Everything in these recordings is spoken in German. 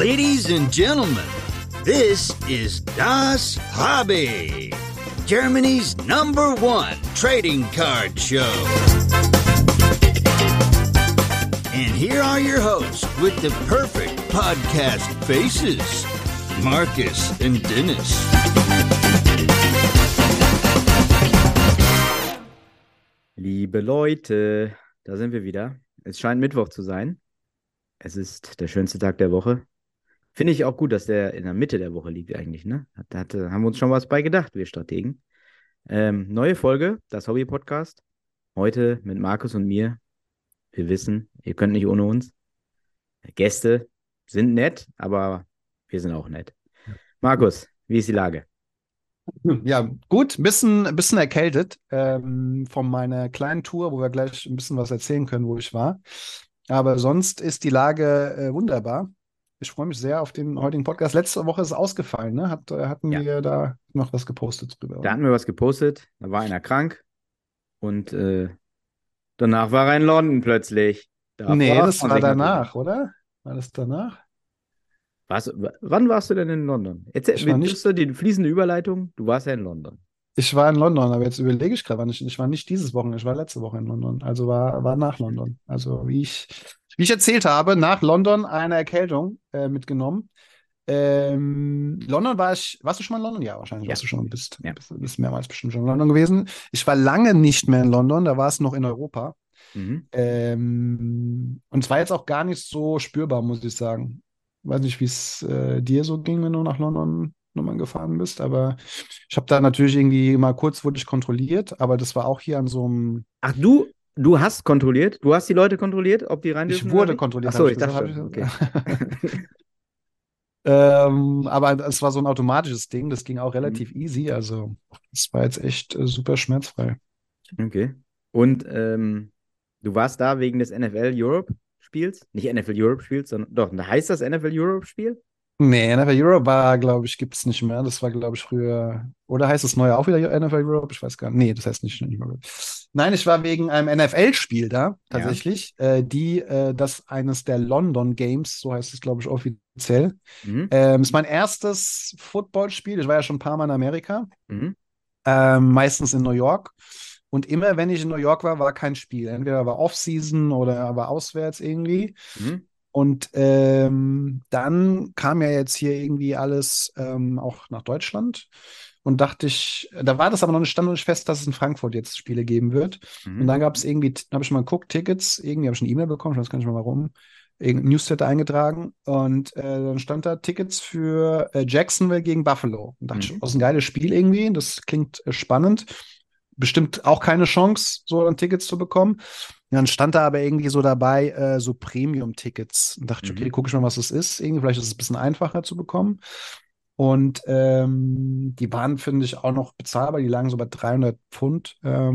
Ladies and gentlemen, this is Das Hobby, Germany's #1 trading card show. And here are your hosts with the perfect podcast faces, Marcus and Dennis. Liebe Leute, da sind wir wieder. Es scheint Mittwoch zu sein. Es ist der schönste Tag der Woche. Finde ich auch gut, dass der in der Mitte der Woche liegt eigentlich, ne? Haben wir uns schon was bei gedacht, wir Strategen. Neue Folge, das Hobby-Podcast. Heute mit Markus und mir. Wir wissen, ihr könnt nicht ohne uns. Gäste sind nett, aber wir sind auch nett. Markus, wie ist die Lage? Ja, gut, bisschen erkältet von meiner kleinen Tour, wo wir gleich ein bisschen was erzählen können, wo ich war. Aber sonst ist die Lage wunderbar. Ich freue mich sehr auf den heutigen Podcast. Letzte Woche ist es ausgefallen, ne? Hatten wir da noch was gepostet drüber? Da hatten wir was gepostet, da war einer krank und danach war er in London plötzlich. Das war danach, oder? War das danach? Wann warst du denn in London? Die fließende Überleitung, du warst ja in London. Ich war in London, aber jetzt überlege ich gerade, ich war nicht dieses Wochenende, ich war letzte Woche in London. Also war nach London. Also wie ich erzählt habe, nach London eine Erkältung mitgenommen. London warst du schon mal in London? Ja, wahrscheinlich warst du schon, bist mehrmals bestimmt schon in London gewesen. Ich war lange nicht mehr in London, da war es noch in Europa. Mhm. Und es war jetzt auch gar nicht so spürbar, muss ich sagen. Weiß nicht, wie es dir so ging, wenn du nach London nochmal gefahren bist, aber ich habe da natürlich irgendwie mal kurz wurde ich kontrolliert, aber das war auch hier an so einem... Ach, du hast kontrolliert? Du hast die Leute kontrolliert, ob die rein dürfen? Ich wurde kontrolliert. Achso, ich dachte, okay. Aber es war so ein automatisches Ding, das ging auch relativ easy, also es war jetzt echt super schmerzfrei. Okay. Und du warst da wegen des NFL Europe Spiels? Nicht NFL Europe Spiels, sondern doch, heißt das NFL Europe Spiel? Nee, NFL Europe war, glaube ich, gibt es nicht mehr. Das war, glaube ich, früher. Oder heißt das neue auch wieder NFL Europe? Ich weiß gar nicht. Nee, das heißt nicht mehr. Nein, ich war wegen einem NFL-Spiel da, tatsächlich. Ja. Das eines der London Games, so heißt es, glaube ich, offiziell. Mhm. Ist mein erstes Footballspiel. Ich war ja schon ein paar Mal in Amerika. Mhm. Meistens in New York. Und immer, wenn ich in New York war kein Spiel. Entweder war Off-Season oder war auswärts irgendwie. Mhm. Und dann kam ja jetzt hier irgendwie alles auch nach Deutschland und dachte ich, da war das aber stand noch nicht fest, dass es in Frankfurt jetzt Spiele geben wird. Mhm. Und dann gab es irgendwie, da habe ich mal geguckt, Tickets, irgendwie habe ich eine E-Mail bekommen, ich weiß gar nicht mehr warum, irgendein Newsletter eingetragen und dann stand da Tickets für Jacksonville gegen Buffalo. Und dachte ich, das ist ein geiles Spiel irgendwie, das klingt spannend. Bestimmt auch keine Chance, so dann Tickets zu bekommen. Und dann stand da aber irgendwie so dabei, so Premium-Tickets. Und dachte ich, okay, gucke ich mal, was das ist. Irgendwie, vielleicht ist es ein bisschen einfacher zu bekommen. Und die waren, finde ich, auch noch bezahlbar. Die lagen so bei 300 Pfund.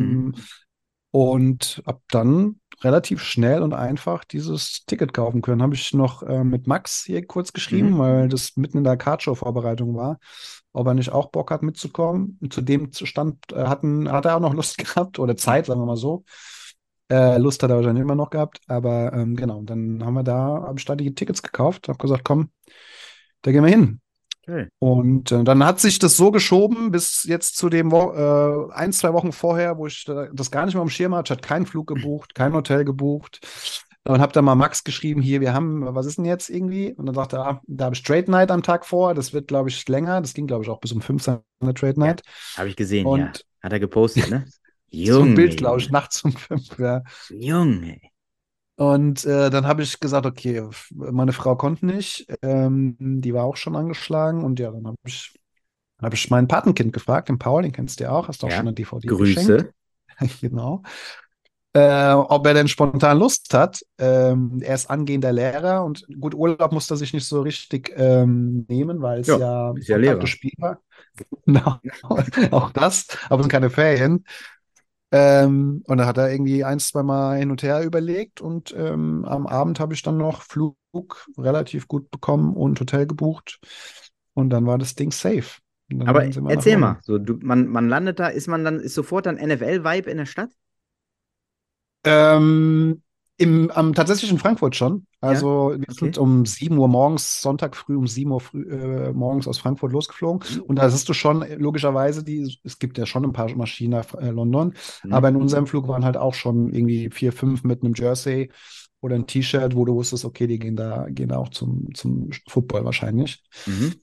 Und ab dann relativ schnell und einfach dieses Ticket kaufen können. Habe ich noch mit Max hier kurz geschrieben, weil das mitten in der Cardshow-Vorbereitung war, ob er nicht auch Bock hat mitzukommen. Und zu dem Stand hat er auch noch Lust gehabt oder Zeit, sagen wir mal so. Lust hat er wahrscheinlich immer noch gehabt, aber genau, dann habe ich da die Tickets gekauft, habe gesagt, komm, da gehen wir hin. Okay. Und dann hat sich das so geschoben bis jetzt zu dem 1-2 Wochen vorher, wo ich das gar nicht mehr am Schirm hatte. Ich hatte keinen Flug gebucht, kein Hotel gebucht. Und habe dann mal Max geschrieben, hier, was ist denn jetzt irgendwie? Und dann sagte er, da habe ich Trade Night am Tag vor. Das wird, glaube ich, länger. Das ging, glaube ich, auch bis um 5 Uhr eine Trade Night. Ja, habe ich gesehen, und ja. Hat er gepostet, ne? So ein Bild, glaube ich, nachts um 5 Uhr. Ja. Junge. Und dann habe ich gesagt, okay, meine Frau konnte nicht. Die war auch schon angeschlagen. Und ja, dann habe ich mein Patenkind gefragt, den Paul, den kennst du ja auch. Hast du auch schon eine DVD Grüße. Geschenkt. Genau. Ob er denn spontan Lust hat. Er ist angehender Lehrer und gut, Urlaub muss er sich nicht so richtig nehmen, weil es ja Lehrer. Spiel war. Genau, auch das, aber es sind keine Ferien. Und dann hat er irgendwie 1-2 Mal hin und her überlegt und am Abend habe ich dann noch Flug relativ gut bekommen und Hotel gebucht und dann war das Ding safe. Aber erzähl mal, so, man landet da, ist sofort dann NFL-Vibe in der Stadt? Tatsächlich in Frankfurt schon. Ja, Also wir sind okay. um 7 Uhr morgens, Sonntag früh um 7 Uhr morgens aus Frankfurt losgeflogen. Und da siehst du schon logischerweise, es gibt ja schon ein paar Maschinen nach London, Mhm. aber in unserem Flug waren halt auch schon irgendwie 4, 5 mit einem Jersey oder ein T-Shirt, wo du wusstest, okay, die gehen da auch zum Football wahrscheinlich. Mhm.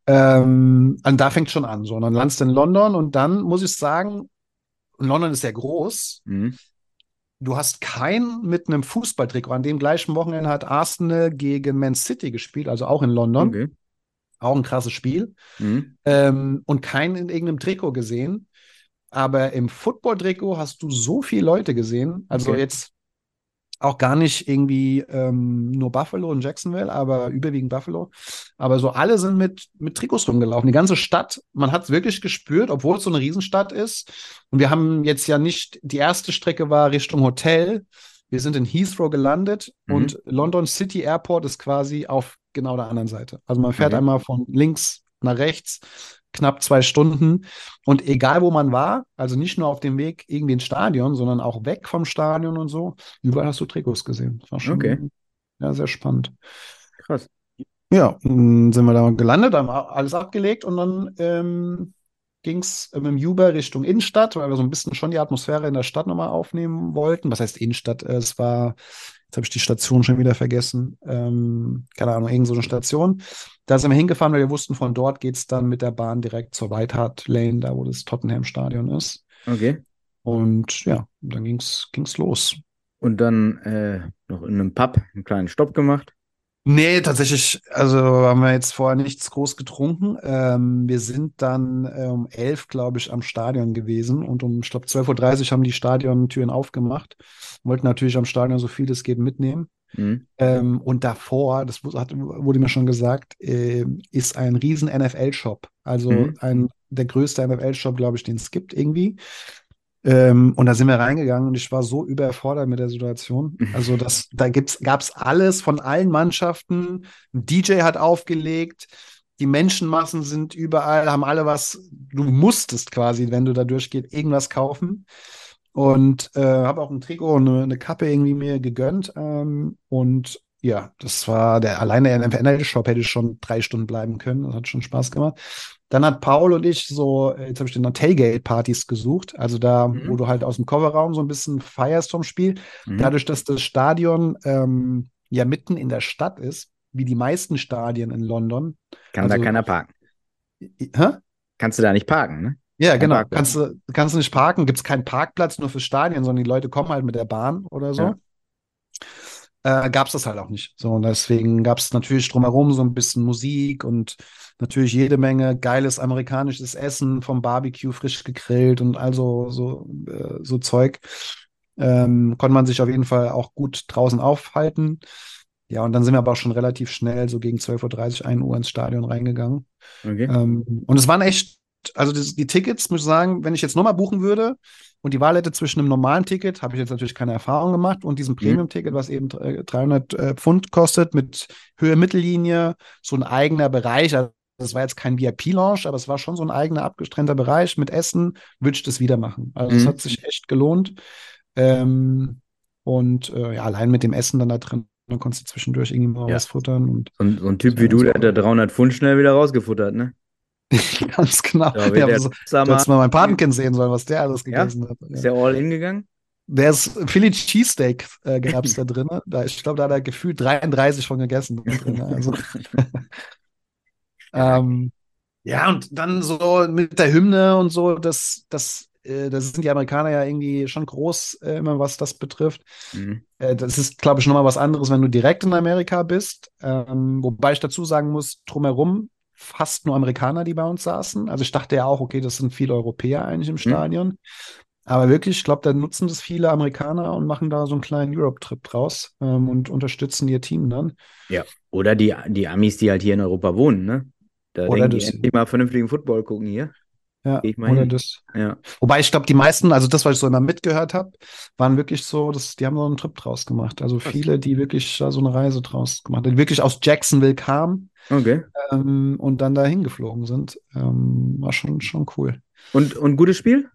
Und da fängt schon an. So, und dann landest du in London und dann muss ich sagen, London ist sehr groß. Mhm. Du hast keinen mit einem Fußballtrikot. An dem gleichen Wochenende hat Arsenal gegen Man City gespielt, also auch in London. Okay. Auch ein krasses Spiel. Mhm. Und keinen in irgendeinem Trikot gesehen. Aber im Football-Trikot hast du so viele Leute gesehen. Also Okay. jetzt auch gar nicht irgendwie nur Buffalo und Jacksonville, aber überwiegend Buffalo. Aber so alle sind mit Trikots rumgelaufen. Die ganze Stadt, man hat es wirklich gespürt, obwohl es so eine Riesenstadt ist. Und wir haben jetzt ja nicht, die erste Strecke war Richtung Hotel. Wir sind in Heathrow gelandet Mhm. und London City Airport ist quasi auf genau der anderen Seite. Also man fährt Okay. einmal von links nach rechts, knapp 2 Stunden. Und egal wo man war, also nicht nur auf dem Weg irgendwie ins Stadion, sondern auch weg vom Stadion und so, überall hast du Trikots gesehen. Das war Okay. schon ja, sehr spannend. Krass. Ja, dann sind wir da gelandet, haben alles abgelegt und dann ging es mit dem Uber Richtung Innenstadt, weil wir so ein bisschen schon die Atmosphäre in der Stadt nochmal aufnehmen wollten. Was heißt Innenstadt? Es war, jetzt habe ich die Station schon wieder vergessen. Keine Ahnung, irgend so eine Station. Da sind wir hingefahren, weil wir wussten, von dort geht es dann mit der Bahn direkt zur White Hart Lane, da wo das Tottenham-Stadion ist. Okay. Und ja, dann ging's los. Und dann noch in einem Pub einen kleinen Stopp gemacht. Nee, tatsächlich, also haben wir jetzt vorher nichts groß getrunken. Wir sind dann um 11, glaube ich, am Stadion gewesen und ich glaube, 12:30 Uhr haben die Stadiontüren aufgemacht. Wollten natürlich am Stadion so viel es geht mitnehmen. Mhm. Und davor, wurde mir schon gesagt, ist ein riesen NFL-Shop. Also Mhm. der größte NFL-Shop, glaube ich, den es gibt irgendwie. Und da sind wir reingegangen und ich war so überfordert mit der Situation. Also da gab's alles von allen Mannschaften. Ein DJ hat aufgelegt, die Menschenmassen sind überall, haben alle was, du musstest quasi, wenn du da durchgehst, irgendwas kaufen. Und habe auch ein Trikot und eine Kappe irgendwie mir gegönnt. Und ja, das war allein der NFL-Shop hätte schon 3 Stunden bleiben können. Das hat schon Spaß gemacht. Dann hat Paul und ich so, jetzt habe ich den Tailgate-Partys gesucht, also da, wo Mhm. du halt aus dem Kofferraum so ein bisschen feierst vom Spiel. Mhm. Dadurch, dass das Stadion ja mitten in der Stadt ist, wie die meisten Stadien in London. Kann da Also, keiner parken. hä? Kannst du da nicht parken, ne? Ja, Kein genau. Parkplatz. Kannst du nicht parken, gibt es keinen Parkplatz nur fürs Stadion, sondern die Leute kommen halt mit der Bahn oder Ja. so. Gab es das halt auch nicht. So, und deswegen gab es natürlich drumherum so ein bisschen Musik und natürlich jede Menge geiles amerikanisches Essen vom Barbecue frisch gegrillt und also so Zeug. Konnte man sich auf jeden Fall auch gut draußen aufhalten. Ja, und dann sind wir aber auch schon relativ schnell, so gegen 12:30 Uhr, 1 Uhr ins Stadion reingegangen. Okay. Und es waren echt, also die Tickets, muss ich sagen, wenn ich jetzt nochmal buchen würde und die Wahl hätte zwischen einem normalen Ticket, habe ich jetzt natürlich keine Erfahrung gemacht, und diesem Mhm. Premium-Ticket, was eben 300 Pfund kostet, mit Höhe Mittellinie, so ein eigener Bereich. Also das war jetzt kein VIP-Lounge, aber es war schon so ein eigener abgetrennter Bereich mit Essen, würde ich das wieder machen. Also es Mhm. hat sich echt gelohnt. Ähm, und ja, allein mit dem Essen dann da drin, dann konntest du zwischendurch irgendwie mal Ja. was futtern und So ein das Typ war wie du, ganz der hat da cool. 300 Pfund schnell wieder rausgefuttert, ne? Ganz genau. Da wird Ja, der du Pizzamann. hättest mal mein Patenkind sehen sollen, was der alles Ja? gegessen hat. Ist Ja. der all in gegangen? Der ist Philly Cheesesteak gab es da drin. Ich glaube, da hat er gefühlt 33 von gegessen drin. Also, Stark. ähm, ja, und dann so mit der Hymne und so, das sind die Amerikaner ja irgendwie schon groß, immer was das betrifft. Mhm. Das ist, glaube ich, nochmal was anderes, wenn du direkt in Amerika bist. Wobei ich dazu sagen muss, drumherum fast nur Amerikaner, die bei uns saßen. Also ich dachte ja auch, okay, das sind viele Europäer eigentlich im Mhm. Stadion. Aber wirklich, ich glaube, da nutzen das viele Amerikaner und machen da so einen kleinen Europe-Trip draus, und unterstützen ihr Team dann. Ja. Oder die Amis, die halt hier in Europa wohnen, ne? Da Oder denken die das. endlich mal vernünftigen Football gucken hier. Ja, Gehe ich mal oder hin. das. Ja. Wobei ich glaube, die meisten, also das, was ich so immer mitgehört habe, waren wirklich so, die haben so einen Trip draus gemacht. Also Krass. viele, die wirklich da so eine Reise draus gemacht haben, die wirklich aus Jacksonville kamen, Okay. und dann da hingeflogen sind. War schon cool. Und gutes Spiel?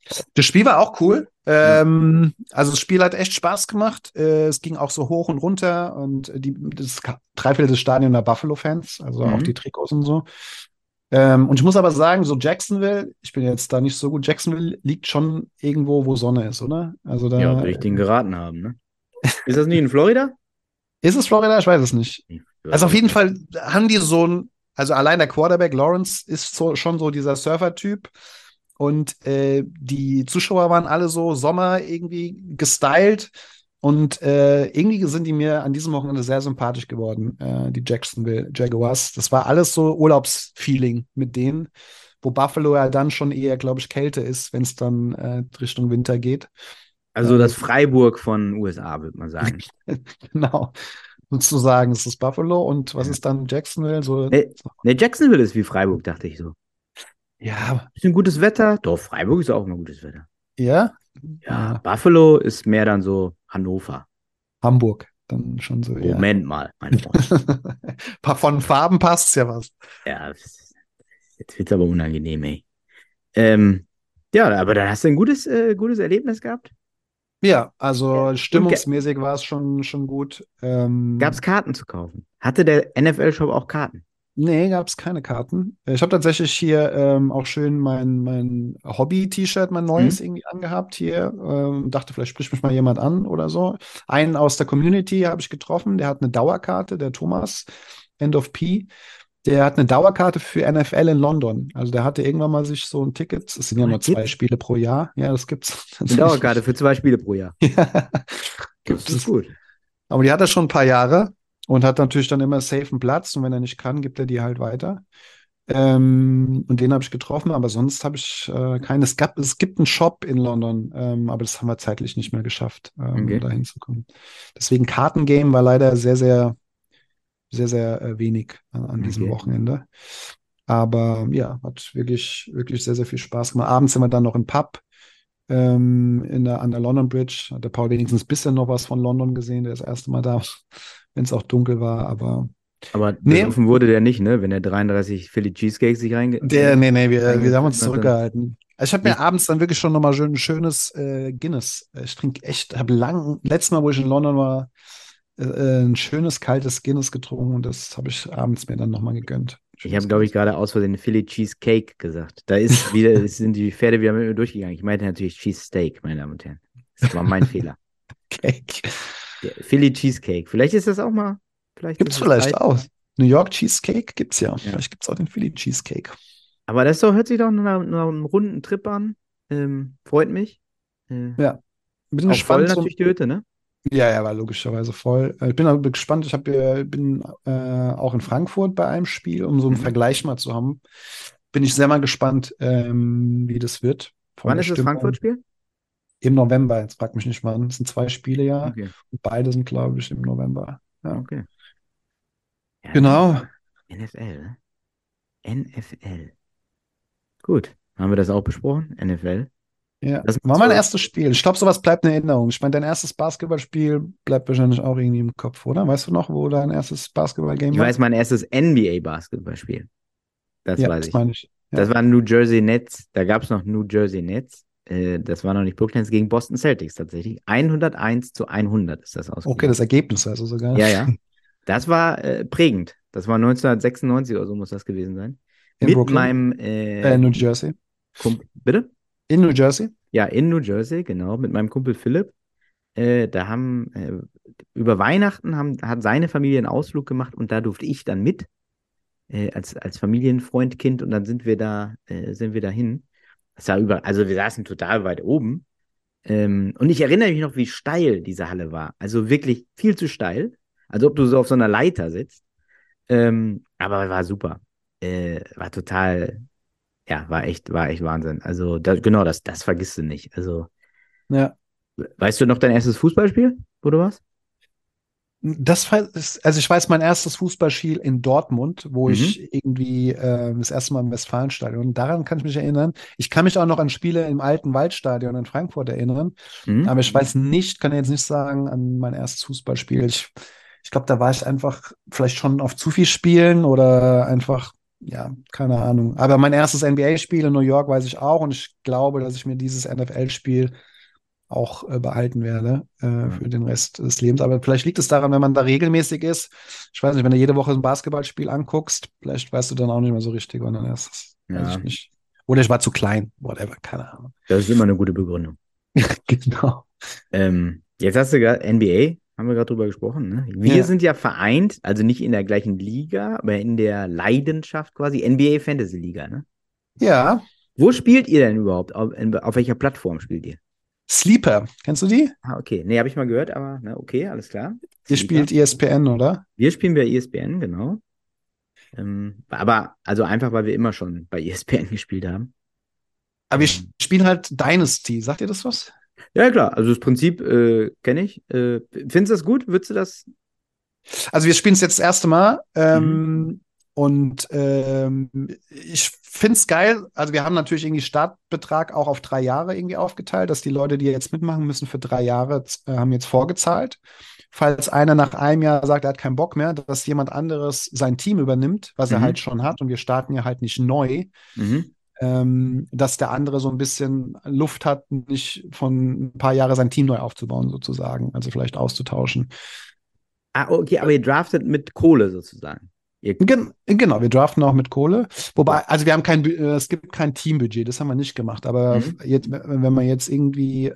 Das Spiel war auch cool. Mhm. Also das Spiel hat echt Spaß gemacht. Es ging auch so hoch und runter und das Dreiviertel des Stadions der Buffalo-Fans, also auch die Mhm. Trikots und so. Und ich muss aber sagen, so Jacksonville, ich bin jetzt da nicht so gut, Jacksonville liegt schon irgendwo, wo Sonne ist, oder? Also Ja, da will ich den geraten haben, ne? Ist das nicht in Florida? ist es Florida, ich weiß es nicht. Ich weiß Also auf auch jeden nicht. Fall haben die so ein, also allein der Quarterback Lawrence ist so, schon so dieser Surfer-Typ. Und die Zuschauer waren alle so Sommer irgendwie gestylt. Und irgendwie sind die mir an diesem Wochenende sehr sympathisch geworden, die Jacksonville Jaguars. Das war alles so Urlaubsfeeling mit denen, wo Buffalo ja dann schon eher, glaube ich, Kälte ist, wenn es dann Richtung Winter geht. Also das Das, Freiburg von USA, würde man sagen. genau, sozusagen ist es Buffalo. Und was Ja. ist dann Jacksonville? So, Ne, Jacksonville ist wie Freiburg, dachte ich so. ja, Bisschen gutes Wetter. Doch, Freiburg ist auch immer gutes Wetter. ja, Ja, ja, Buffalo ist mehr dann so Hannover. Hamburg, dann schon so, ja. Moment mal, mein Freund. Von Farben passt ja was. Ja, jetzt wird's aber unangenehm, ey. Ähm, ja, aber dann hast du ein gutes Erlebnis gehabt. Ja, also Und stimmungsmäßig war es schon gut. gab es Karten zu kaufen? Hatte der NFL-Shop auch Karten? Nee, gab es keine Karten. Ich habe tatsächlich hier auch schön mein Hobby-T-Shirt, mein Hm? neues irgendwie angehabt hier. Dachte, vielleicht spricht mich mal jemand an oder so. Einen aus der Community habe ich getroffen, der hat eine Dauerkarte, der Thomas, End of P. Der hat eine Dauerkarte für NFL in London. Also der hatte irgendwann mal sich so ein Ticket. Es sind ja Oh, nur zwei gibt's Spiele pro Jahr. Ja, das gibt's eine Dauerkarte tatsächlich. für 2 Spiele pro Jahr. Ja, Das gibt ist es. gut. Aber die hat er schon ein paar Jahre und hat natürlich dann immer safe einen Platz. Und wenn er nicht kann, gibt er die halt weiter. Und den habe ich getroffen, aber sonst habe ich keinen. Es gibt einen Shop in London, aber das haben wir zeitlich nicht mehr geschafft, Okay, da hinzukommen. Deswegen Kartengame war leider sehr wenig an diesem okay. Wochenende. Aber ja, hat wirklich sehr, sehr viel Spaß gemacht. Abends sind wir dann noch im Pub an der London Bridge. Hat der Paul wenigstens ein bisschen noch was von London gesehen, der das erste Mal da, wenn es auch dunkel war. Aber Aber nee, besoffen wurde der nicht, ne? Wenn er 33 Philly Cheesecakes sich nee, wir haben uns reingepfiffen hat, dann zurückgehalten. Also ich habe mir nicht. abends dann wirklich schon nochmal schön ein schönes Guinness. Ich trinke echt, letztes Mal, wo ich in London war, ein schönes kaltes Guinness getrunken und das habe ich abends mir dann nochmal gegönnt. Ich habe, Schönes glaube ich, Guinness. gerade aus Versehen Philly Cheesecake gesagt. Sind die Pferde wieder mit mir durchgegangen. Ich meinte natürlich Cheesesteak, meine Damen und Herren. Das war mein Fehler. Cake. Der Philly Cheesecake. Vielleicht ist das auch mal, vielleicht Gibt's ist es vielleicht Zeit. auch. New York Cheesecake gibt's ja. Ja. Vielleicht gibt's auch den Philly Cheesecake. Aber hört sich doch nach einem runden Trip an. Freut mich. Äh, Ja, bin auch voll gespannt. natürlich die Hütte, ne? Ja, er war logischerweise voll. Ich bin aber gespannt. Bin auch in Frankfurt bei einem Spiel, um so einen Mhm. Vergleich mal zu haben. Bin ich sehr mal gespannt, wie das wird von Wann der ist das Stimmung. Frankfurt-Spiel? Im November, jetzt frag mich nicht mal an. Es sind 2 Spiele ja. Okay, Und beide sind, glaube ich, im November. Ja. okay. Ja, dann Genau. NFL, ne? NFL. Gut. Haben wir das auch besprochen? NFL. Ja. Lass War uns mein so. erstes Spiel. Ich glaube, sowas bleibt in Erinnerung. Ich meine, dein erstes Basketballspiel bleibt wahrscheinlich auch irgendwie im Kopf, oder? Weißt du noch, wo dein erstes Basketballgame Ich war? weiß mein erstes NBA-Basketballspiel. Das Ja, weiß das ich. meine ich. Das Ja. waren New Jersey Nets. Da gab es noch New Jersey Nets. Das war noch nicht Brooklyn Nets gegen Boston Celtics tatsächlich. 101-100 ist das Okay, das ausgegangen. Ergebnis also sogar. Ja, ja. Das war prägend. Das war 1996 oder so muss das gewesen sein. In Mit Brooklyn, meinem New Jersey. Kumpel, bitte? In New Jersey. Ja, in New Jersey, genau, mit meinem Kumpel Philipp. Da haben über Weihnachten hat seine Familie einen Ausflug gemacht und da durfte ich dann mit, als Familienfreund, Kind, und dann sind wir dahin. Also wir saßen total weit oben. Und ich erinnere mich noch, wie steil diese Halle war. Also wirklich viel zu steil. Als ob du so auf so einer Leiter sitzt. Aber war super. War total, ja, war echt Wahnsinn. Also genau, das vergisst du nicht. Also, Ja. weißt du noch dein erstes Fußballspiel, wo du warst? Also ich weiß mein erstes Fußballspiel in Dortmund, wo Mhm. ich irgendwie das erste Mal im Westfalenstadion, daran kann ich mich erinnern. Ich kann mich auch noch an Spiele im alten Waldstadion in Frankfurt erinnern, Mhm. aber ich weiß nicht, kann jetzt nicht sagen an mein erstes Fußballspiel. Ich glaube, da war ich einfach vielleicht schon auf zu viel Spielen oder einfach ja, keine Ahnung. Aber mein erstes NBA-Spiel in New York weiß ich auch und ich glaube, dass ich mir dieses NFL-Spiel auch behalten werde Ja. für den Rest des Lebens. Aber vielleicht liegt es daran, wenn man da regelmäßig ist. Ich weiß nicht, wenn du jede Woche ein Basketballspiel anguckst, vielleicht weißt du dann auch nicht mehr so richtig, wann dann erstes. Weiß Ja, ich nicht. Oder ich war zu klein, whatever, keine Ahnung. das ist immer eine gute Begründung. Genau. Jetzt hast du gerade NBA, haben wir gerade drüber gesprochen, ne? Wir Ja. sind ja vereint, also nicht in der gleichen Liga, aber in der Leidenschaft quasi, NBA Fantasy Liga, ne? Ja. Wo spielt ihr denn überhaupt? Auf welcher Plattform spielt ihr? Sleeper, kennst du die? Ah, okay. Nee, habe ich mal gehört, aber ne, okay, alles klar. Ihr Sleeper. spielt ESPN, oder? Wir spielen bei ESPN, genau. Aber also einfach, weil wir immer schon bei ESPN gespielt haben. Aber wir Ähm, spielen halt Dynasty. Sagt ihr das was? ja, klar, also das Prinzip kenne ich. Findest du das gut? Würdest du das? Also wir spielen es jetzt das erste Mal. Mhm. Und ich finde es geil. Also wir haben natürlich irgendwie Startbetrag auch auf 3 Jahre irgendwie aufgeteilt, dass die Leute, die jetzt mitmachen müssen, für 3 Jahre haben jetzt vorgezahlt. Falls einer nach einem Jahr sagt, er hat keinen Bock mehr, dass jemand anderes sein Team übernimmt, was er halt Mhm. schon hat. Und wir starten ja halt nicht neu, Mhm. dass der andere so ein bisschen Luft hat, nicht von ein paar Jahre sein Team neu aufzubauen, sozusagen. Also vielleicht auszutauschen. Ah, okay, aber ihr draftet mit Kohle sozusagen. Ihr, Genau, wir draften auch mit Kohle. okay. Wobei, also wir haben es gibt kein Teambudget, das haben wir nicht gemacht. Aber Mhm. jetzt, wenn man jetzt irgendwie,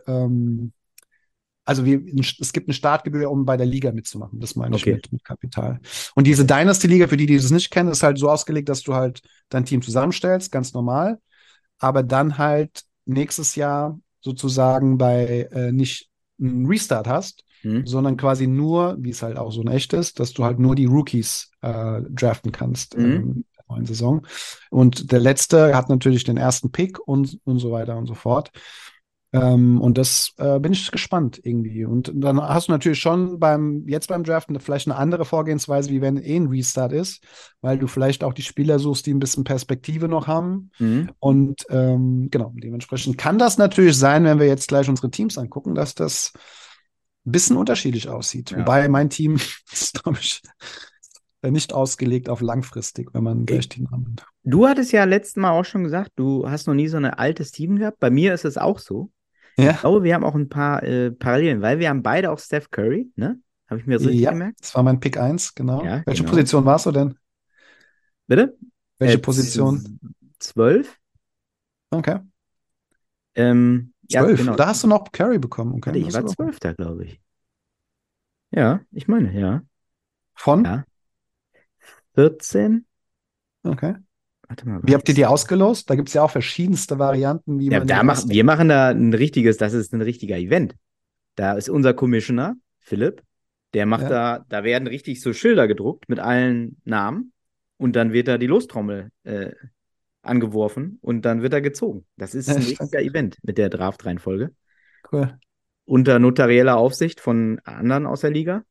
also es gibt eine Startgebühr, um bei der Liga mitzumachen. Das meine ich Okay, mit Kapital. Und diese okay. Dynasty-Liga, für die, die das nicht kennen, ist halt so ausgelegt, dass du halt dein Team zusammenstellst, ganz normal. Aber dann halt nächstes Jahr sozusagen bei nicht einen Restart hast, Mhm. sondern quasi nur, wie es halt auch so in echt ist, dass du halt nur die Rookies draften kannst Mhm. in der neuen Saison. Und der letzte hat natürlich den ersten Pick und so weiter und so fort. Und das bin ich gespannt irgendwie. Und dann hast du natürlich schon jetzt beim Draften vielleicht eine andere Vorgehensweise, wie wenn ein Restart ist, weil du vielleicht auch die Spieler suchst, die ein bisschen Perspektive noch haben. Mhm. Und genau, dementsprechend kann das natürlich sein, wenn wir jetzt gleich unsere Teams angucken, dass das ein bisschen unterschiedlich aussieht. Ja. Wobei mein Team ist, glaube ich, nicht ausgelegt auf langfristig, wenn man Ich, gleich die Namen hat. du hattest ja letztes Mal auch schon gesagt, du hast noch nie so ein altes Team gehabt. Bei mir ist es auch so. Ich Ja, glaube, wir haben auch ein paar Parallelen, weil wir haben beide auch Steph Curry, ne? Habe ich mir das richtig ja, gemerkt? das war mein Pick 1, genau. Ja, Welche genau. Position warst du denn? Bitte? Welche Position? 12? Okay. Ja, 12. genau. Da hast du noch Carry bekommen. Okay, Warte, ich das ist war aber gut. 12. glaube ich. Ja, ich meine, ja. Von? Ja. 14? Okay. Warte mal, Wie habt ihr was? die ausgelost? Da gibt es ja auch verschiedenste Varianten, wie Ja, man die wir auslost. machen da ein richtiges, das ist ein richtiger Event. Da ist unser Commissioner, Philipp, der macht Ja, da werden richtig so Schilder gedruckt mit allen Namen und dann wird da die Lostrommel angeworfen und dann wird er gezogen. Das ist ja, ein stark. richtiger Event mit der Draft-Reihenfolge. Cool. Unter notarieller Aufsicht von anderen aus der Liga.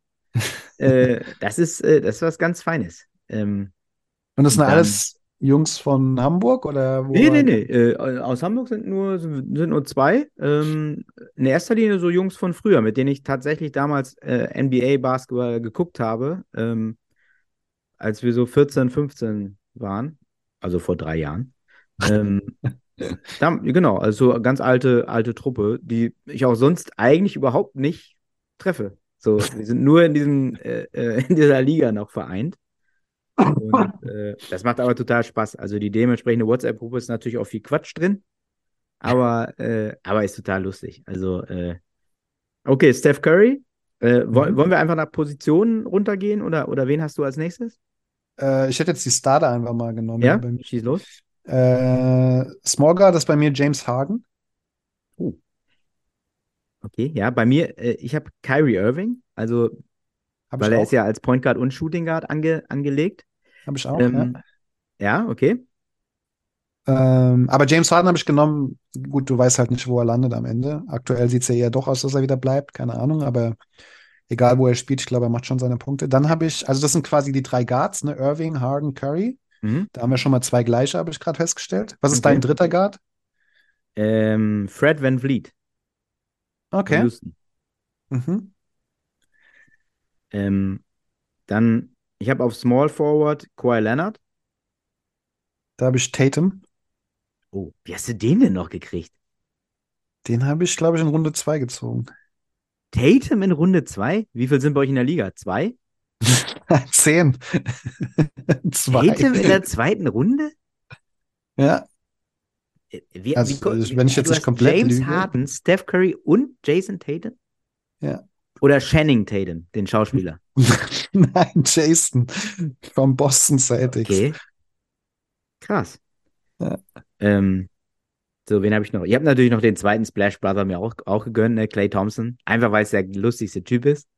Das ist was ganz Feines. Und das sind Und dann. alles Jungs von Hamburg oder Nee, nee, woher nee. kennt Aus Hamburg sind nur zwei. In erster Linie so Jungs von früher, mit denen ich tatsächlich damals NBA-Basketball geguckt habe, als wir so 14, 15 waren. Also vor 3 Jahren. Ähm, genau, also so ganz alte Truppe, die ich auch sonst eigentlich überhaupt nicht treffe. So, wir sind nur in dieser Liga noch vereint. Und das macht aber total Spaß. Also die dementsprechende WhatsApp-Gruppe ist natürlich auch viel Quatsch drin, aber ist total lustig. Also, okay, Steph Curry. Mhm. Wollen wir einfach nach Positionen runtergehen oder wen hast du als nächstes? Ich hätte jetzt die Starter einfach mal genommen Ja, bei mir. schieß los. Small Guard ist bei mir James Harden. Oh, okay, ja, bei mir, ich habe Kyrie Irving, also, Habe ich weil er ist auch. ja als Point Guard und Shooting Guard angelegt. Habe ich auch, ja. Ähm, ja, okay. Aber James Harden habe ich genommen. Gut, du weißt halt nicht, wo er landet am Ende. Aktuell sieht es ja eher doch aus, dass er wieder bleibt. Keine Ahnung, aber egal, wo er spielt, ich glaube, er macht schon seine Punkte. Dann habe ich, also das sind quasi die drei Guards, ne? Irving, Harden, Curry. Mhm, Da haben wir schon mal zwei gleiche, habe ich gerade festgestellt. Was ist dein okay. dritter Guard? Fred Van Vliet von Okay. Houston. Mhm. Ähm, Dann, ich habe auf Small Forward Kawhi Leonard. Da habe ich Tatum. Oh, wie hast du den denn noch gekriegt? Den habe ich, glaube ich, in Runde 2 gezogen. Tatum in Runde 2? Wie viel sind bei euch in der Liga? 2? 10. 2. Tatum in der zweiten Runde? Ja, also wenn ich jetzt Du nicht hast komplett James lüge. Harden, Steph Curry und Jason Tatum? Ja. Oder Channing Tatum, den Schauspieler? Nein, Jason vom Boston Celtics. Okay, krass. Ja. So, wen habe ich noch? Ich habe natürlich noch den zweiten Splash Brother mir auch gegönnt, ne? Klay Thompson. Einfach weil es der lustigste Typ ist.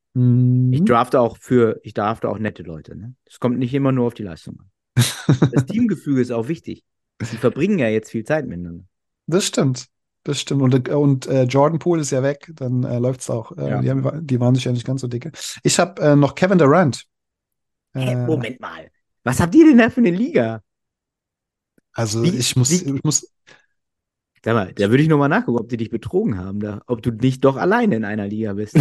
Ich Mhm. drafte auch nette Leute, ne? Es kommt nicht immer nur auf die Leistung an. Das Teamgefüge ist auch wichtig. Die verbringen ja jetzt viel Zeit miteinander. Das stimmt. Das stimmt. Und Jordan Poole ist ja weg, dann läuft's auch. Ja. Die waren sich ja nicht ganz so dicke. Ich habe noch Kevin Durant. Hä, Äh, Moment mal. Was habt ihr denn da für eine Liga? also Wie, wie, ich muss. Sag mal, da würde ich nochmal nachgucken, ob die dich betrogen haben, da, ob du nicht doch alleine in einer Liga bist.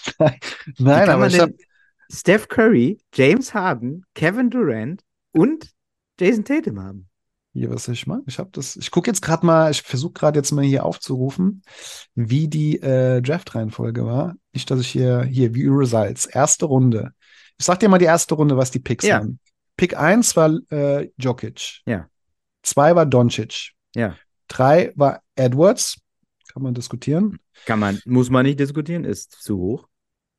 Wie Nein, kann aber man ich habe. denn Steph Curry, James Harden, Kevin Durant und Jason Tatum haben? Hier, was soll ich machen? Ich gucke jetzt gerade mal, ich versuche gerade jetzt mal hier aufzurufen, wie die Draft-Reihenfolge war. Nicht, dass ich hier, View Results, erste Runde. Ich sag dir mal die erste Runde, was die Picks Ja. waren. Pick 1 war Jokic. Ja. 2 war Doncic. Ja. 3 war Edwards. Kann man diskutieren. Muss man nicht diskutieren, ist zu hoch.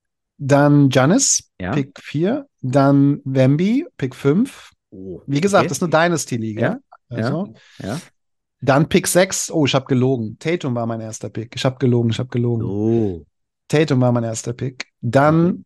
Dann Giannis, Ja. Pick 4. Dann Wemby, Pick 5. Oh, Wie gesagt, okay. das ist eine Dynasty-Liga. Ja. Also. Ja. Dann Pick 6. Oh, ich habe gelogen. Tatum war mein erster Pick. Ich habe gelogen. So. Tatum war mein erster Pick. Dann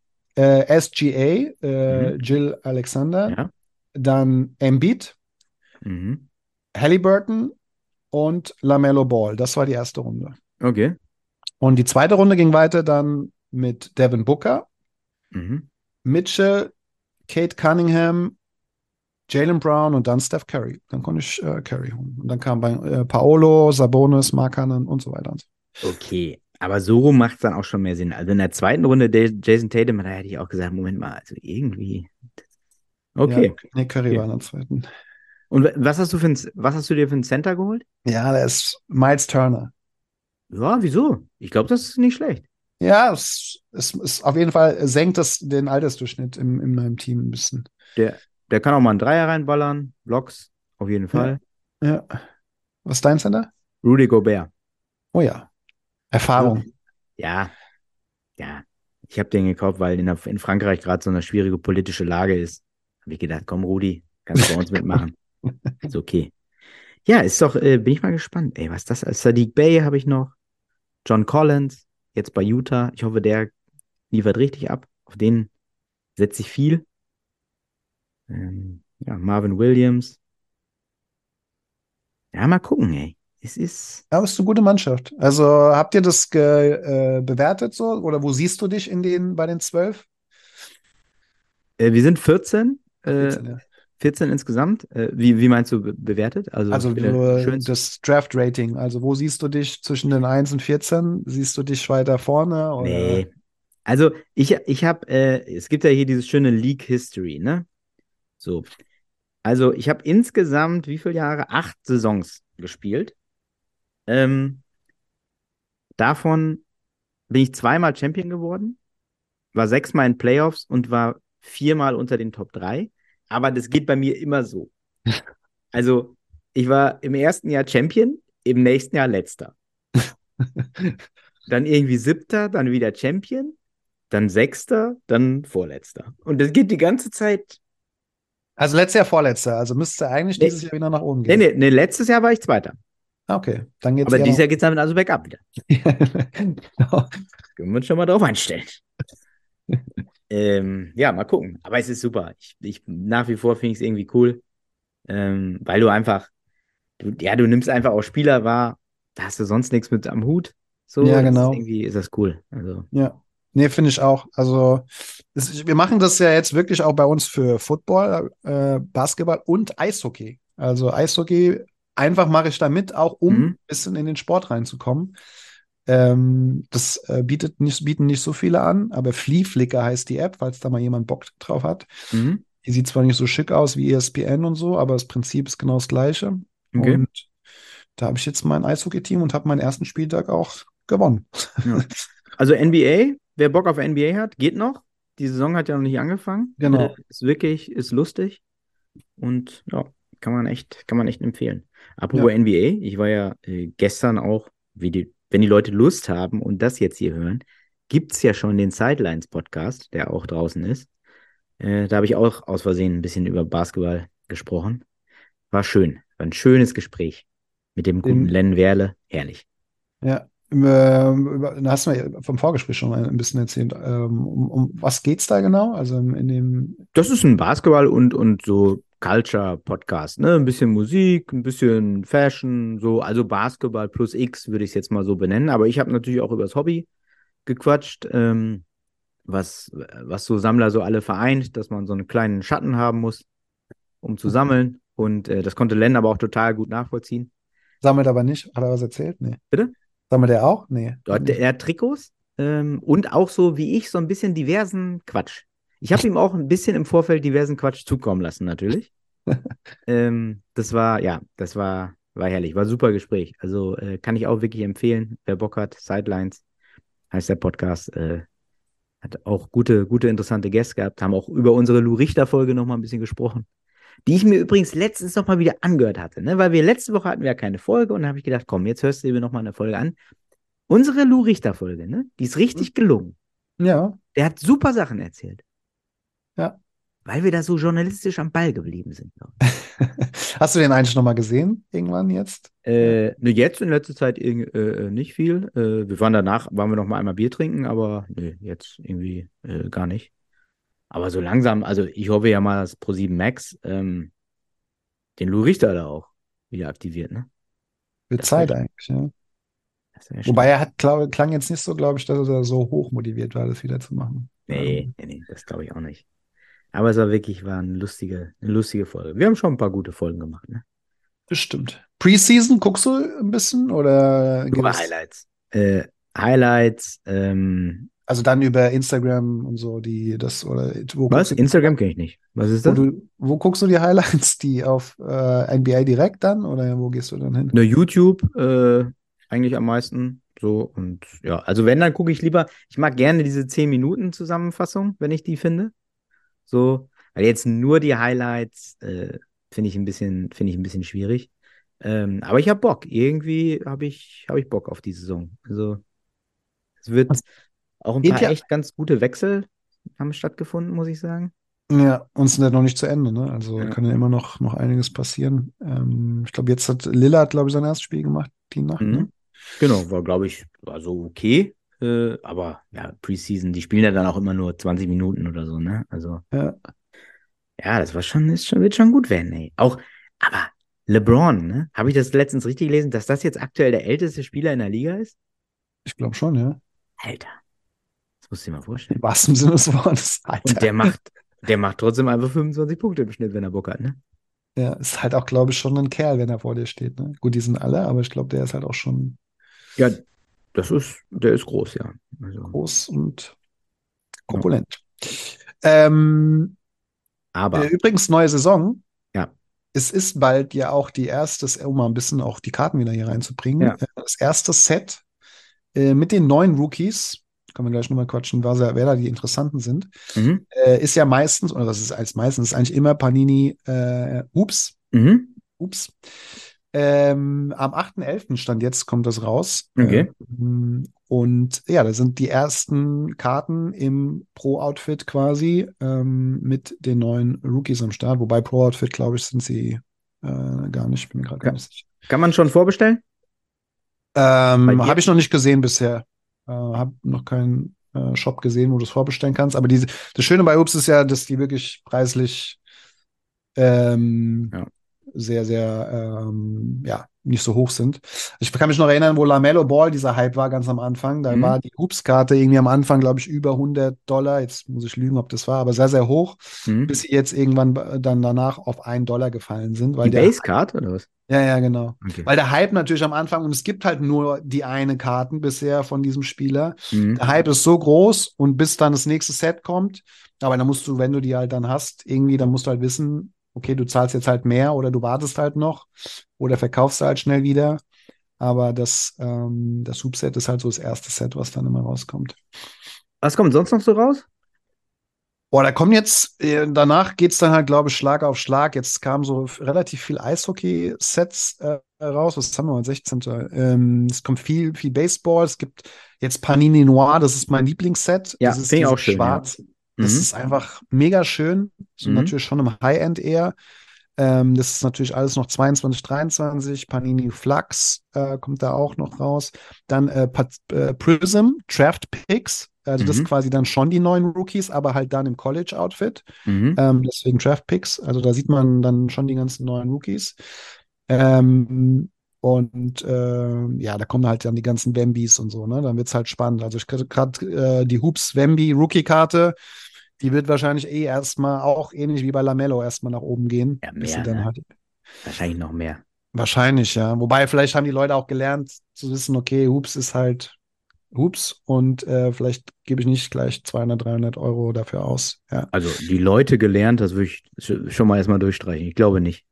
SGA, Mhm. Jill Alexander. Ja. Dann Embiid, Mhm. Halliburton und LaMelo Ball. Das war die erste Runde. Okay. Und die zweite Runde ging weiter dann mit Devin Booker, Mhm. Mitchell, Kate Cunningham, Jaylen Brown und dann Steph Curry. Dann konnte ich Curry holen. Und dann kam bei Paolo, Sabonis, Markkanen und so weiter. Okay. Aber so rum macht es dann auch schon mehr Sinn. Also in der zweiten Runde Jason Tatum, da hätte ich auch gesagt, Moment mal, also irgendwie. Okay. Ja, nee, Curry Okay. war in der zweiten. Und was hast du dir für einen Center geholt? Ja, der ist Miles Turner. Ja, wieso? Ich glaube, das ist nicht schlecht. Ja, es ist auf jeden Fall, senkt das den Altersdurchschnitt in meinem Team ein bisschen. Der kann auch mal einen Dreier reinballern, Blocks, auf jeden Fall. Ja. Was ist dein Center? Rudy Gobert. Oh ja. Erfahrung. Ja. Ich habe den gekauft, weil in Frankreich gerade so eine schwierige politische Lage ist. Habe ich gedacht, komm, Rudi, kannst du bei uns mitmachen. Ist okay. Ja, bin ich mal gespannt. Ey, was ist das? Sadiq Bey habe ich noch. John Collins, jetzt bei Utah. Ich hoffe, der liefert richtig ab. Auf den setze ich viel. Marvin Williams. Ja, mal gucken, ey. Es ist. Ja, bist eine gute Mannschaft. Also habt ihr das bewertet so? Oder wo siehst du dich bei den 12? Wir sind 14. 14, ja. 14 insgesamt. Wie meinst du bewertet? Also das Draft-Rating. Also wo siehst du dich zwischen den 1 und 14? Siehst du dich weiter vorne? Oder? Nee. Also ich habe, es gibt ja hier dieses schöne League History, ne? So. Also ich habe insgesamt, wie viele Jahre? 8 Saisons gespielt. Davon bin ich 2-mal Champion geworden, war 6-mal in Playoffs und war 4-mal unter den Top 3. Aber das geht bei mir immer so. Also ich war im ersten Jahr Champion, im nächsten Jahr Letzter. Dann irgendwie 7., dann wieder Champion, dann 6., dann Vorletzter. Und das geht die ganze Zeit. Also letztes Jahr Vorletzter. Also müsste eigentlich dieses Jahr wieder nach oben gehen. Nee, letztes Jahr war ich 2. Okay, dann geht's Aber eher dieses Jahr geht es damit also bergab wieder. Genau. Können wir uns schon mal drauf einstellen. Ja, mal gucken. Aber es ist super. Ich nach wie vor finde ich es irgendwie cool, weil du einfach, du nimmst einfach auch Spieler wahr, da hast du sonst nichts mit am Hut. So, Ja, das genau. irgendwie ist das cool. Also, Ja. Nee, finde ich auch. Also, wir machen das ja jetzt wirklich auch bei uns für Football, Basketball und Eishockey. Also Eishockey, einfach mache ich da mit, auch um ein bisschen in den Sport reinzukommen. Das bieten nicht so viele an, aber Flea Flicker heißt die App, falls da mal jemand Bock drauf hat. Die sieht zwar nicht so schick aus wie ESPN und so, aber das Prinzip ist genau das gleiche. Okay. Und da habe ich jetzt mein Eishockey-Team und habe meinen ersten Spieltag auch gewonnen. Ja. Also NBA, wer Bock auf NBA hat, geht noch. Die Saison hat ja noch nicht angefangen. Genau. Ist lustig und ja, kann man echt empfehlen. Ja. Apropos NBA, ich war ja gestern auch, wenn die Leute Lust haben und das jetzt hier hören, gibt es ja schon den Sidelines-Podcast, der auch draußen ist. Da habe ich auch aus Versehen ein bisschen über Basketball gesprochen. War schön. War ein schönes Gespräch mit dem guten Den, Len Werle. Herrlich. ja. Da hast du mir vom Vorgespräch schon mal ein bisschen erzählt. Um was geht's da genau? Also in dem. Das ist ein Basketball- und so Culture-Podcast, ne? Ein bisschen Musik, ein bisschen Fashion, so, also Basketball plus X würde ich es jetzt mal so benennen. Aber ich habe natürlich auch über das Hobby gequatscht, was so Sammler so alle vereint, dass man so einen kleinen Schatten haben muss, um zu sammeln. Und das konnte Len aber auch total gut nachvollziehen. Sammelt aber nicht. Hat er was erzählt? Nee. Bitte? Sammelt er auch? Nee. Er hat Trikots und auch so wie ich so ein bisschen diversen Quatsch. Ich habe ihm auch ein bisschen im Vorfeld diversen Quatsch zukommen lassen, natürlich. War herrlich, war ein super Gespräch. Also kann ich auch wirklich empfehlen, wer Bock hat. Sidelines heißt der Podcast. Hat auch gute, interessante Gäste gehabt, haben auch über unsere Lou Richter-Folge nochmal ein bisschen gesprochen, die ich mir übrigens letztens nochmal wieder angehört hatte, ne? Weil letzte Woche hatten wir ja keine Folge und da habe ich gedacht, komm, jetzt hörst du dir nochmal eine Folge an. Unsere Lou Richter-Folge, ne? Die ist richtig gelungen. Ja. Der hat super Sachen erzählt. Ja. Weil wir da so journalistisch am Ball geblieben sind. Hast du den eigentlich noch mal gesehen, irgendwann jetzt? Ne, jetzt in letzter Zeit nicht viel. Waren wir noch mal einmal Bier trinken, aber ne, jetzt irgendwie gar nicht. Aber so langsam, also ich hoffe ja mal, dass ProSieben Max den Lou Richter da auch wieder aktiviert, ne? Wird Das wär, Zeit eigentlich, ja. das wär Wobei stark. klang jetzt nicht so, glaube ich, dass er so hoch motiviert war, das wieder zu machen. Nee, das glaube ich auch nicht. Aber war eine lustige Folge. Wir haben schon ein paar gute Folgen gemacht, ne? Bestimmt. Preseason guckst du ein bisschen oder geht Nur es? Highlights. Highlights, Also dann über Instagram und so, oder wo guckst was? du die Instagram kenne ich nicht. Was ist das? wo guckst du die Highlights? Die auf NBA direkt dann oder wo gehst du dann hin? Ne, YouTube, eigentlich am meisten. So, und ja, also wenn, dann gucke ich lieber, ich mag gerne diese 10 Minuten Zusammenfassung, wenn ich die finde. So, weil jetzt nur die Highlights, finde ich ein bisschen schwierig. Aber ich habe Bock. Irgendwie hab ich Bock auf die Saison. Also, es wird Es auch ein geht paar ja, echt ganz gute Wechsel haben stattgefunden, muss ich sagen. ja, uns sind ja noch nicht zu Ende, ne? Also Ja. kann ja immer noch einiges passieren. Ich glaube, jetzt hat Lillard, glaube ich, sein erstes Spiel gemacht, die Nacht, ne? Mhm. Genau, war so okay. Aber ja, Preseason, die spielen ja dann auch immer nur 20 Minuten oder so, ne? Also, Ja, ja, wird schon gut werden, ey. Aber LeBron, ne? Habe ich das letztens richtig gelesen, dass das jetzt aktuell der älteste Spieler in der Liga ist? ich glaube schon, ja. Alter, das musst du dir mal Im vorstellen. wahrsten Sinne des Wortes, Und Alter. der macht trotzdem einfach 25 Punkte im Schnitt, wenn er Bock hat, ne? Ja, ist halt auch, glaube ich, schon ein Kerl, wenn er vor dir steht, ne? Gut, die sind alle, aber ich glaube, der ist halt auch schon Ja, der ist groß, ja. Also, groß und ja. korpulent. Ähm, Aber, übrigens, neue Saison. ja, Es ist bald ja auch um mal ein bisschen auch die Karten wieder hier reinzubringen, ja. das erste Set mit den neuen Rookies, können wir gleich nochmal quatschen, wer da die interessanten sind, Mhm. ist ja meistens, oder was ist als meistens, ist eigentlich immer Panini Mhm. Ups. Am 8.11. Stand jetzt, kommt das raus. Okay. Und ja, da sind die ersten Karten im Pro-Outfit quasi mit den neuen Rookies am Start. Wobei Pro-Outfit, glaube ich, sind sie gar nicht. Bin mir gerade gar nicht sicher. Kann man schon vorbestellen? Bei dir? Habe ich noch nicht gesehen bisher. Habe noch keinen Shop gesehen, wo du es vorbestellen kannst. Aber das Schöne bei Ups ist ja, dass die wirklich preislich Ja. sehr, sehr, ja, nicht so hoch sind. Ich kann mich noch erinnern, wo LaMelo Ball dieser Hype war, ganz am Anfang. Da war die Hoops-Karte irgendwie am Anfang, glaube ich, über $100. Jetzt muss ich lügen, ob das war, aber sehr, sehr hoch, Mhm. bis sie jetzt irgendwann dann danach auf $1 gefallen sind, weil Die der, Basecard oder was? ja, ja, genau. Okay. Weil der Hype natürlich am Anfang, und es gibt halt nur die eine Karten bisher von diesem Spieler. Mhm. Der Hype ist so groß und bis dann das nächste Set kommt, aber dann musst du, wenn du die halt dann hast, irgendwie, dann musst du halt wissen, okay, du zahlst jetzt halt mehr oder du wartest halt noch oder verkaufst du halt schnell wieder. Aber das Hoop-Set ist halt so das erste Set, was dann immer rauskommt. Was kommt sonst noch so raus? Boah, da kommen jetzt, danach geht es dann halt, glaube ich, Schlag auf Schlag. Jetzt kamen so relativ viel Eishockey-Sets raus. Was haben wir heute? 16. Es kommt viel, viel Baseball. Es gibt jetzt Panini Noir, das ist mein Lieblingsset. Ja, Das ist finde ich auch dieses schön, ja. Schwarz. Das Mhm. ist einfach mega schön. So Mhm. natürlich schon im High-End eher. Das ist natürlich alles noch 22, 23. Panini Flux kommt da auch noch raus. Dann Prism, Draft Picks. Also das ist Mhm. quasi dann schon die neuen Rookies, aber halt dann im College-Outfit. Mhm. Deswegen Draft Picks. Also da sieht man dann schon die ganzen neuen Rookies. Und ja, da kommen halt dann die ganzen Wembys und so, ne? Dann wird es halt spannend. Also ich gerade die Hoops Wemby Rookie-Karte, die wird wahrscheinlich erstmal auch ähnlich wie bei LaMelo erstmal nach oben gehen, Ja, bis sie mehr, dann ne? halt Wahrscheinlich noch mehr. wahrscheinlich, ja. Wobei vielleicht haben die Leute auch gelernt zu wissen, okay, Hoops ist halt Hoops und vielleicht gebe ich nicht gleich 200, 300 Euro dafür aus. Ja. Also die Leute gelernt, das würde ich schon mal erstmal durchstreichen. Ich glaube nicht.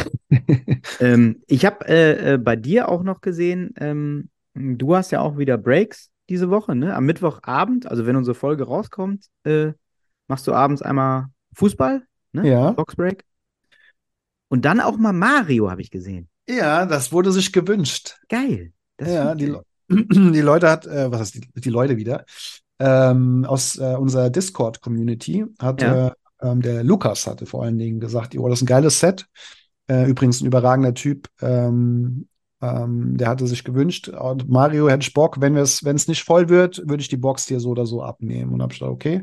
Ich habe bei dir auch noch gesehen, du hast ja auch wieder Breaks diese Woche, ne? Am Mittwochabend, also wenn unsere Folge rauskommt, machst du abends einmal Fußball, ne? Ja. Boxbreak. Und dann auch mal Mario, habe ich gesehen. Ja, das wurde sich gewünscht. Geil. Das finde Ja, ich geil. Die Leute was heißt die Leute wieder? Aus unserer Discord-Community Ja. hatte der Lukas hatte vor allen Dingen gesagt, oh, das ist ein geiles Set. Übrigens ein überragender Typ. Der hatte sich gewünscht, und Mario hätte ich Bock, wenn es nicht voll wird, würde ich die Box dir so oder so abnehmen. Und habe ich gedacht, okay.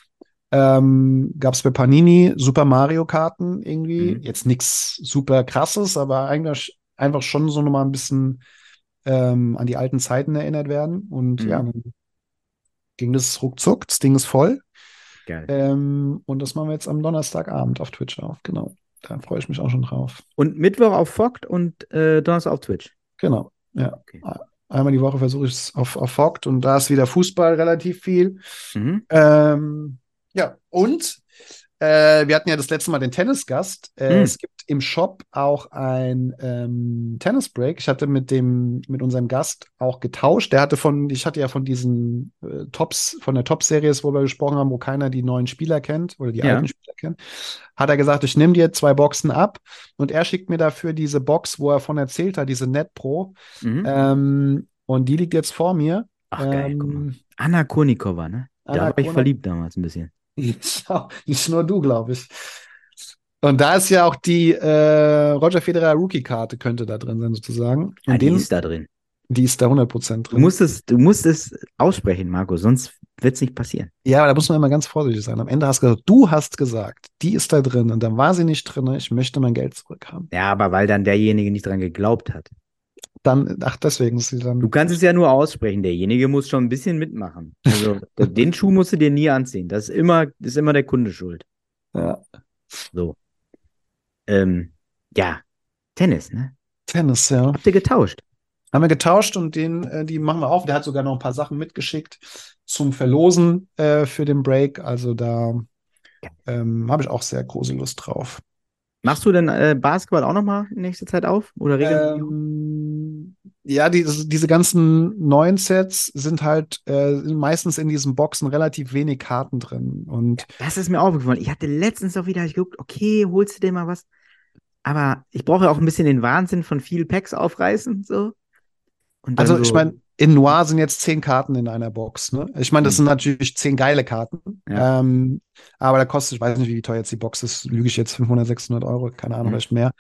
Gab es bei Panini Super Mario Karten irgendwie. Mhm. Jetzt nichts super krasses, aber eigentlich einfach schon so nochmal ein bisschen an die alten Zeiten erinnert werden. Und ja, Mhm. dann ging das ruckzuck, das Ding ist voll. Geil. Und das machen wir jetzt am Donnerstagabend auf Twitch auf, genau. Da freue ich mich auch schon drauf. Und Mittwoch auf Fokt und Donnerstag auf Twitch. Genau, ja. Okay. Einmal die Woche versuche ich es auf Vogt und da ist wieder Fußball relativ viel. Mhm. Ja, und wir hatten ja das letzte Mal den Tennisgast. Mhm. Es gibt im Shop auch ein Tennisbreak. Ich hatte mit unserem Gast auch getauscht. Ich hatte ja von diesen Tops, von der Top-Serie, wo wir gesprochen haben, wo keiner die neuen Spieler kennt oder die Ja. alten Spieler kennt, hat er gesagt, ich nehme dir 2 Boxen ab und er schickt mir dafür diese Box, wo er von erzählt hat, diese Net Pro. Mhm. Und die liegt jetzt vor mir. Ach, geil, guck mal. Anna Kurnikova, ne? Da Anna war ich Konak, verliebt damals ein bisschen. nicht nur du, glaube ich. Und da ist ja auch die Roger Federer Rookie-Karte könnte da drin sein, sozusagen. Ja, Und die ist da drin. die ist da 100% Du drin. musst es aussprechen, Marco, sonst wird es nicht passieren. Ja, aber da muss man immer ganz vorsichtig sein. Am Ende du hast gesagt, die ist da drin und dann war sie nicht drin. Ich möchte mein Geld zurückhaben. Ja, aber weil dann derjenige nicht dran geglaubt hat. Dann, ach, deswegen ist sie Du dann. kannst es ja nur aussprechen, derjenige muss schon ein bisschen mitmachen. Also den Schuh musst du dir nie anziehen. Das ist immer der Kunde schuld. Ja, So. Ähm, ja, Tennis, ne? Tennis, ja. Habt ihr getauscht? Haben wir getauscht und die machen wir auf. Der hat sogar noch ein paar Sachen mitgeschickt zum Verlosen für den Break. Also da habe ich auch sehr große Lust drauf. Machst du denn Basketball auch nochmal in nächster Zeit auf? Oder regelmäßig? Ja, diese ganzen neuen Sets sind halt meistens in diesen Boxen relativ wenig Karten drin. Und Das ist mir aufgefallen. Ich hatte letztens auch wieder geguckt, okay, holst du dir mal was? Aber ich brauche ja auch ein bisschen den Wahnsinn von viel Packs aufreißen, so. Und dann also ich so, meine, in Noir sind jetzt 10 Karten in einer Box. Ne? Ich meine, das sind natürlich 10 geile Karten. ja. Aber da kostet, ich weiß nicht, wie teuer jetzt die Box ist, lüge ich jetzt 500, 600 Euro, keine Ahnung, Mhm. vielleicht mehr.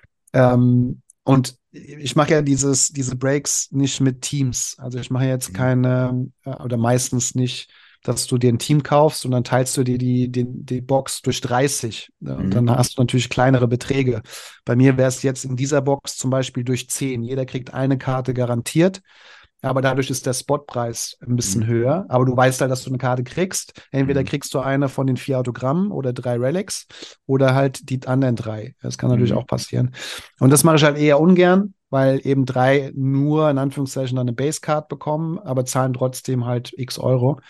Und ich mache ja diese Breaks nicht mit Teams. Also ich mache jetzt keine, oder meistens nicht dass du dir ein Team kaufst und dann teilst du dir die Box durch 30. Ne? Und dann hast du natürlich kleinere Beträge. Bei mir wäre es jetzt in dieser Box zum Beispiel durch 10. Jeder kriegt eine Karte garantiert. Aber dadurch ist der Spotpreis ein bisschen höher. Aber du weißt halt, dass du eine Karte kriegst. Entweder kriegst du eine von den 4 Autogrammen oder 3 Relics oder halt die anderen 3. Das kann natürlich auch passieren. Und das mache ich halt eher ungern, weil eben 3 nur in Anführungszeichen dann eine Basecard bekommen, aber zahlen trotzdem halt x Euro.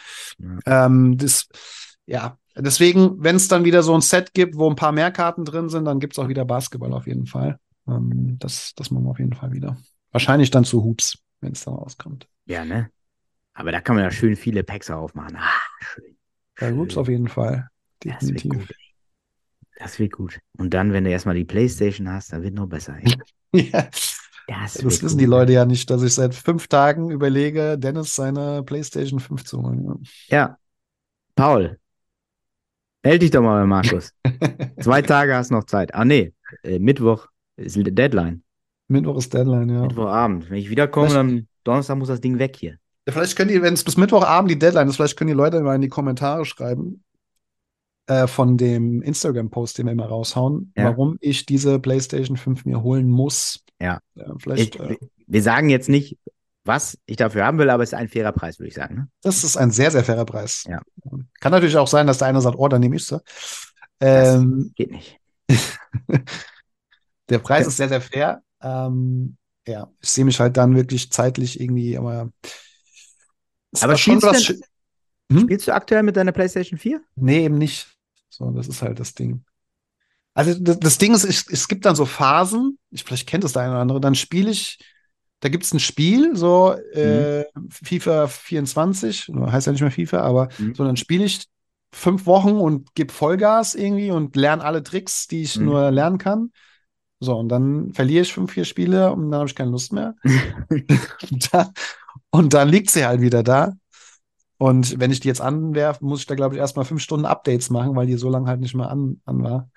Deswegen, wenn es dann wieder so ein Set gibt, wo ein paar mehr Karten drin sind, dann gibt es auch wieder Basketball auf jeden Fall. Das machen wir auf jeden Fall wieder. Wahrscheinlich dann zu Hoops, wenn es dann rauskommt. Ja, ne? Aber da kann man ja schön viele Packs aufmachen. Ah, schön. Bei Hoops auf jeden Fall. Definitiv. Das wird gut. Das wird gut. Und dann, wenn du erstmal die PlayStation hast, dann wird noch besser. Ey. Ja. Das wissen die Leute ja nicht, dass ich seit 5 Tagen überlege, Dennis seine PlayStation 5 zu holen. Ja. Paul, melde dich doch mal bei Markus. 2 Tage hast du noch Zeit. Ah, nee. Mittwoch ist Deadline. Mittwoch ist Deadline, ja. Mittwochabend. Wenn ich wiederkomme, dann Donnerstag muss das Ding weg hier. Ja, vielleicht können die, wenn es bis Mittwochabend die Deadline ist, vielleicht können die Leute mal in die Kommentare schreiben von dem Instagram-Post, den wir immer raushauen, warum ich diese PlayStation 5 mir holen muss. Ja. Vielleicht. Wir sagen jetzt nicht, was ich dafür haben will, aber es ist ein fairer Preis, würde ich sagen. Ne? Das ist ein sehr, sehr fairer Preis. Ja. Kann natürlich auch sein, dass der eine sagt, oh, dann nehme ich sie. Das geht nicht. Der Preis ist sehr, sehr fair. Ich sehe mich halt dann wirklich zeitlich irgendwie, aber spielst du aktuell mit deiner PlayStation 4? Nee, eben nicht. So, das ist halt das Ding. Also das Ding ist, es gibt dann so Phasen, vielleicht kennt es der eine oder andere, dann spiele ich, da gibt es ein Spiel, so FIFA 24, heißt ja nicht mehr FIFA, aber so, dann spiele ich 5 Wochen und gebe Vollgas irgendwie und lerne alle Tricks, die ich nur lernen kann. So, und dann verliere ich 5, 4 Spiele und dann habe ich keine Lust mehr. und dann liegt sie halt wieder da. Und wenn ich die jetzt anwerfe, muss ich da, glaube ich, erstmal 5 Stunden Updates machen, weil die so lange halt nicht mehr an war.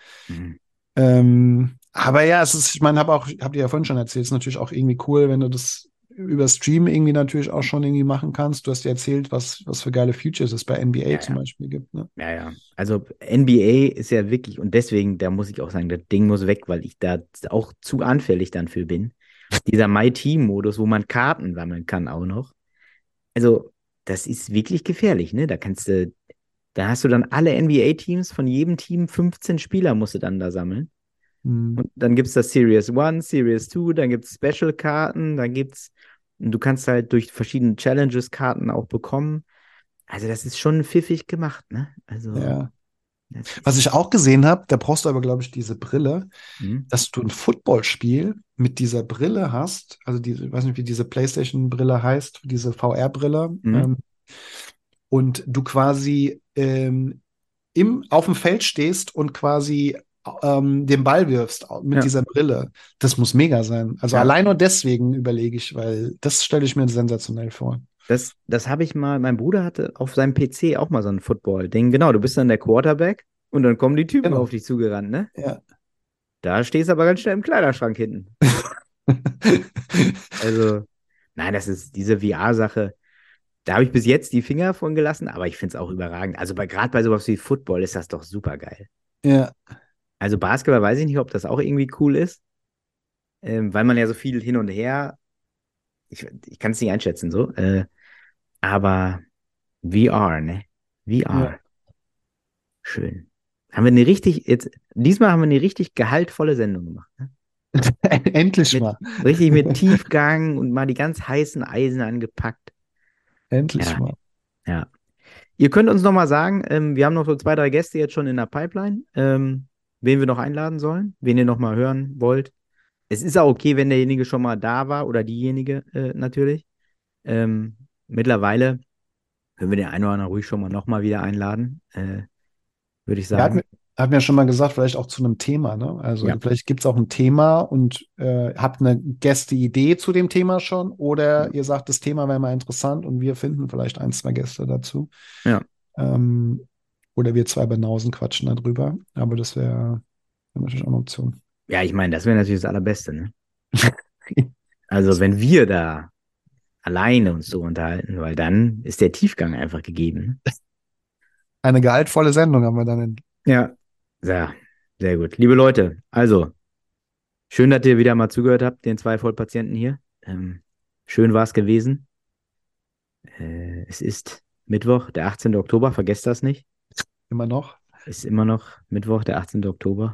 Aber ja, ich meine, habt ihr ja vorhin schon erzählt, es ist natürlich auch irgendwie cool, wenn du das über Stream irgendwie natürlich auch schon irgendwie machen kannst. Du hast dir erzählt, was für geile Features es bei NBA zum Beispiel gibt. Ne? Ja. Also NBA ist ja wirklich, und deswegen, da muss ich auch sagen, das Ding muss weg, weil ich da auch zu anfällig dann für bin. Dieser My-Team-Modus, wo man Karten sammeln kann auch noch. Also, das ist wirklich gefährlich, ne? Da hast du dann alle NBA-Teams, von jedem Team 15 Spieler musst du dann da sammeln. Und dann gibt es das Series 1, Series 2, dann gibt es Special-Karten, du kannst halt durch verschiedene Challenges Karten auch bekommen. Also das ist schon pfiffig gemacht, ne? Also, ja. Was ich auch gesehen habe, da brauchst du aber, glaube ich, diese Brille, dass du ein Footballspiel mit dieser Brille hast, also ich weiß nicht, wie diese PlayStation-Brille heißt, diese VR-Brille, und du quasi auf dem Feld stehst und quasi den Ball wirfst mit dieser Brille. Das muss mega sein. Also allein nur deswegen überlege ich, weil das stelle ich mir sensationell vor. Das habe ich mal, mein Bruder hatte auf seinem PC auch mal so ein Football-Ding. Genau, du bist dann der Quarterback und dann kommen die Typen auf dich zugerannt, ne? Ja. Da stehst du aber ganz schnell im Kleiderschrank hinten. Also, nein, das ist diese VR-Sache. Da habe ich bis jetzt die Finger von gelassen, aber ich finde es auch überragend. Also gerade bei sowas wie Football ist das doch super geil. Ja. Also Basketball weiß ich nicht, ob das auch irgendwie cool ist, weil man ja so viel hin und her, ich kann es nicht einschätzen so, aber VR, ne? VR. Ja. Schön. Diesmal haben wir eine richtig gehaltvolle Sendung gemacht. Ne? Endlich mal. Richtig mit Tiefgang und mal die ganz heißen Eisen angepackt. Endlich mal. Ja. Ihr könnt uns noch mal sagen, wir haben noch so 2, 3 Gäste jetzt schon in der Pipeline, wen wir noch einladen sollen, wen ihr noch mal hören wollt. Es ist auch okay, wenn derjenige schon mal da war oder diejenige natürlich. Mittlerweile können wir den einen oder anderen ruhig schon mal noch mal wieder einladen, würde ich sagen. Hat mir schon mal gesagt, vielleicht auch zu einem Thema, ne? Also vielleicht gibt es auch ein Thema und habt eine Gäste-Idee zu dem Thema schon oder ihr sagt, das Thema wäre mal interessant und wir finden vielleicht 1, 2 Gäste dazu. Ja. Oder wir 2 Banausen quatschen darüber. Aber das wäre natürlich auch eine Option. Ja, ich meine, das wäre natürlich das Allerbeste, ne? Also wenn wir da alleine uns so unterhalten, weil dann ist der Tiefgang einfach gegeben. Eine gehaltvolle Sendung haben wir dann in. Ja, sehr, sehr gut. Liebe Leute, also schön, dass ihr wieder mal zugehört habt, den zwei Vollpatienten hier. Schön war es gewesen. Es ist Mittwoch, der 18. Oktober, vergesst das nicht. Immer noch. Es ist immer noch Mittwoch, der 18. Oktober.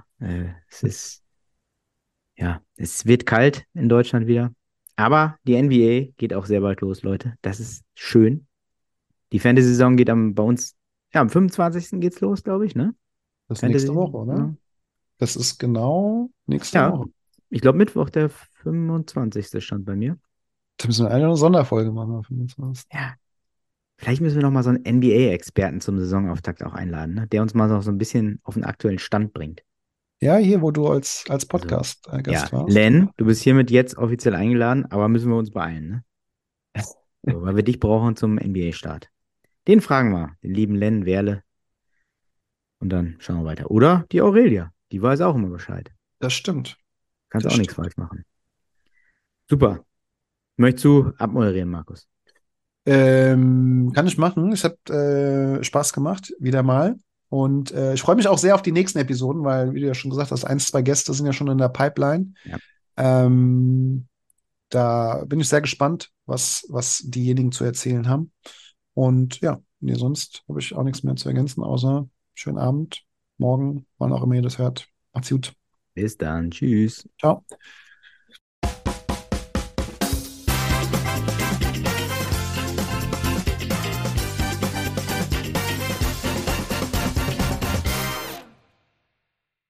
Ja, es wird kalt in Deutschland wieder. Aber die NBA geht auch sehr bald los, Leute. Das ist schön. Die Fantasy-Saison geht bei uns, ja, am 25. geht's los, glaube ich, ne? Das ist nächste Fantasy, Woche, oder? ja. Das ist genau nächste Ja, Woche. ich glaube Mittwoch, der 25. stand bei mir. Da müssen wir eine Sonderfolge machen am 25. Ja. Vielleicht müssen wir noch mal so einen NBA-Experten zum Saisonauftakt auch einladen, ne? Der uns mal noch so ein bisschen auf den aktuellen Stand bringt. Ja, hier, wo du als Also, Podcast-Gast ja, warst. Len, du bist hiermit jetzt offiziell eingeladen, aber müssen wir uns beeilen, ne? So, weil wir dich brauchen zum NBA-Start. Den fragen wir, den lieben Len Werle. Und dann schauen wir weiter. Oder die Aurelia, die weiß auch immer Bescheid. Das stimmt. Kannst Das auch nichts stimmt. falsch machen. Super. Möchtest du abmoderieren, Markus? Kann ich machen. Es hat Spaß gemacht, wieder mal. Und ich freue mich auch sehr auf die nächsten Episoden, weil, wie du ja schon gesagt hast, ein, zwei Gäste sind ja schon in der Pipeline. Ja. Da bin ich sehr gespannt, was diejenigen zu erzählen haben. Und ja, nee, sonst habe ich auch nichts mehr zu ergänzen, außer schönen Abend, morgen, wann auch immer ihr das hört. Macht's gut. Bis dann. Tschüss. Ciao.